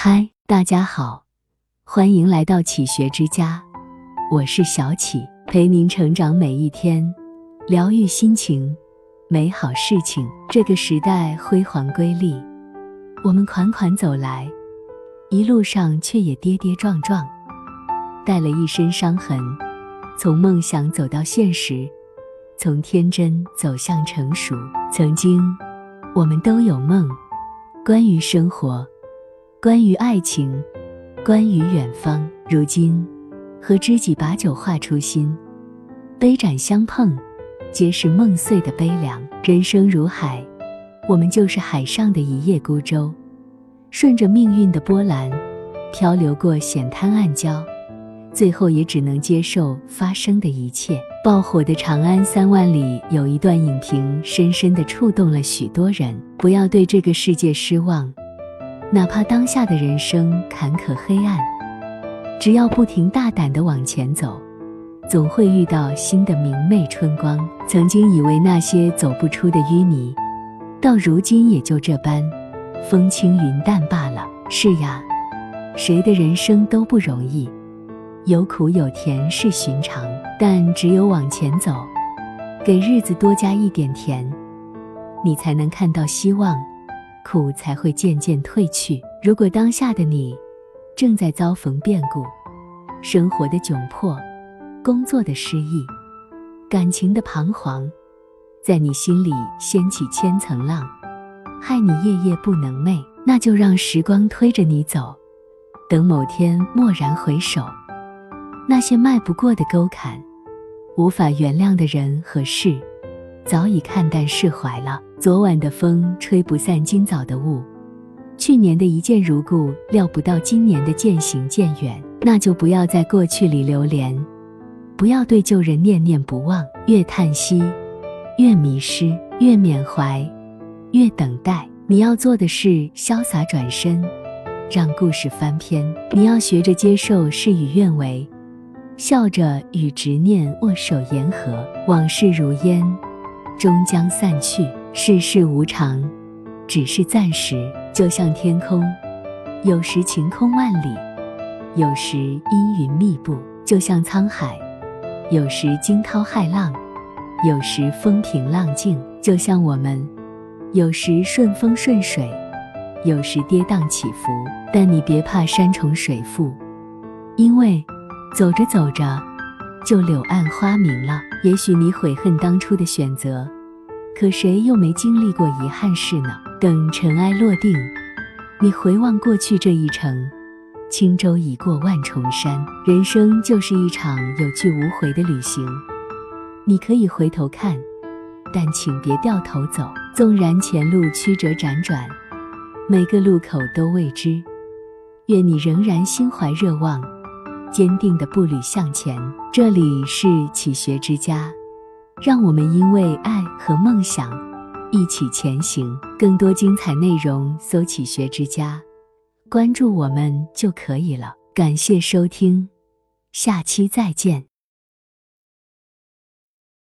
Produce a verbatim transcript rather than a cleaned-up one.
嗨，大家好，欢迎来到启学之家，我是小启，陪您成长每一天，疗愈心情，美好事情。这个时代辉煌瑰丽，我们款款走来，一路上却也跌跌撞撞，带了一身伤痕，从梦想走到现实，从天真走向成熟。曾经，我们都有梦，关于生活，关于爱情，关于远方。如今，和知己把酒话初心，杯盏相碰，皆是梦碎的悲凉。人生如海，我们就是海上的一叶孤舟，顺着命运的波澜，漂流过险滩暗礁，最后也只能接受发生的一切。爆火的《长安三万里》有一段影评深深地触动了许多人。不要对这个世界失望，哪怕当下的人生坎坷黑暗，只要不停大胆地往前走，总会遇到新的明媚春光。曾经以为那些走不出的淤泥，到如今也就这般风轻云淡罢了。是呀，谁的人生都不容易，有苦有甜是寻常，但只有往前走，给日子多加一点甜，你才能看到希望，苦才会渐渐褪去。如果当下的你正在遭逢变故，生活的窘迫，工作的失意，感情的彷徨，在你心里掀起千层浪，害你夜夜不能寐，那就让时光推着你走，等某天蓦然回首，那些迈不过的沟坎，无法原谅的人和事，早已看淡释怀了。昨晚的风吹不散今早的雾，去年的一见如故料不到今年的渐行渐远。那就不要在过去里流连，不要对旧人念念不忘。越叹息，越迷失，越缅怀，越等待。你要做的是潇洒转身，让故事翻篇。你要学着接受事与愿违，笑着与执念握手言和。往事如烟，终将散去，世事无常，只是暂时。就像天空，有时晴空万里，有时阴云密布；就像沧海，有时惊涛骇浪，有时风平浪静；就像我们，有时顺风顺水，有时跌宕起伏。但你别怕山重水复，因为走着走着就柳暗花明了。也许你悔恨当初的选择，可谁又没经历过遗憾事呢？等尘埃落定，你回望过去这一程，轻舟已过万重山。人生就是一场有去无回的旅行，你可以回头看，但请别掉头走。纵然前路曲折辗转，每个路口都未知，愿你仍然心怀热望，坚定的步履向前。这里是启学之家，让我们因为爱和梦想一起前行。更多精彩内容搜启学之家，关注我们就可以了。感谢收听，下期再见。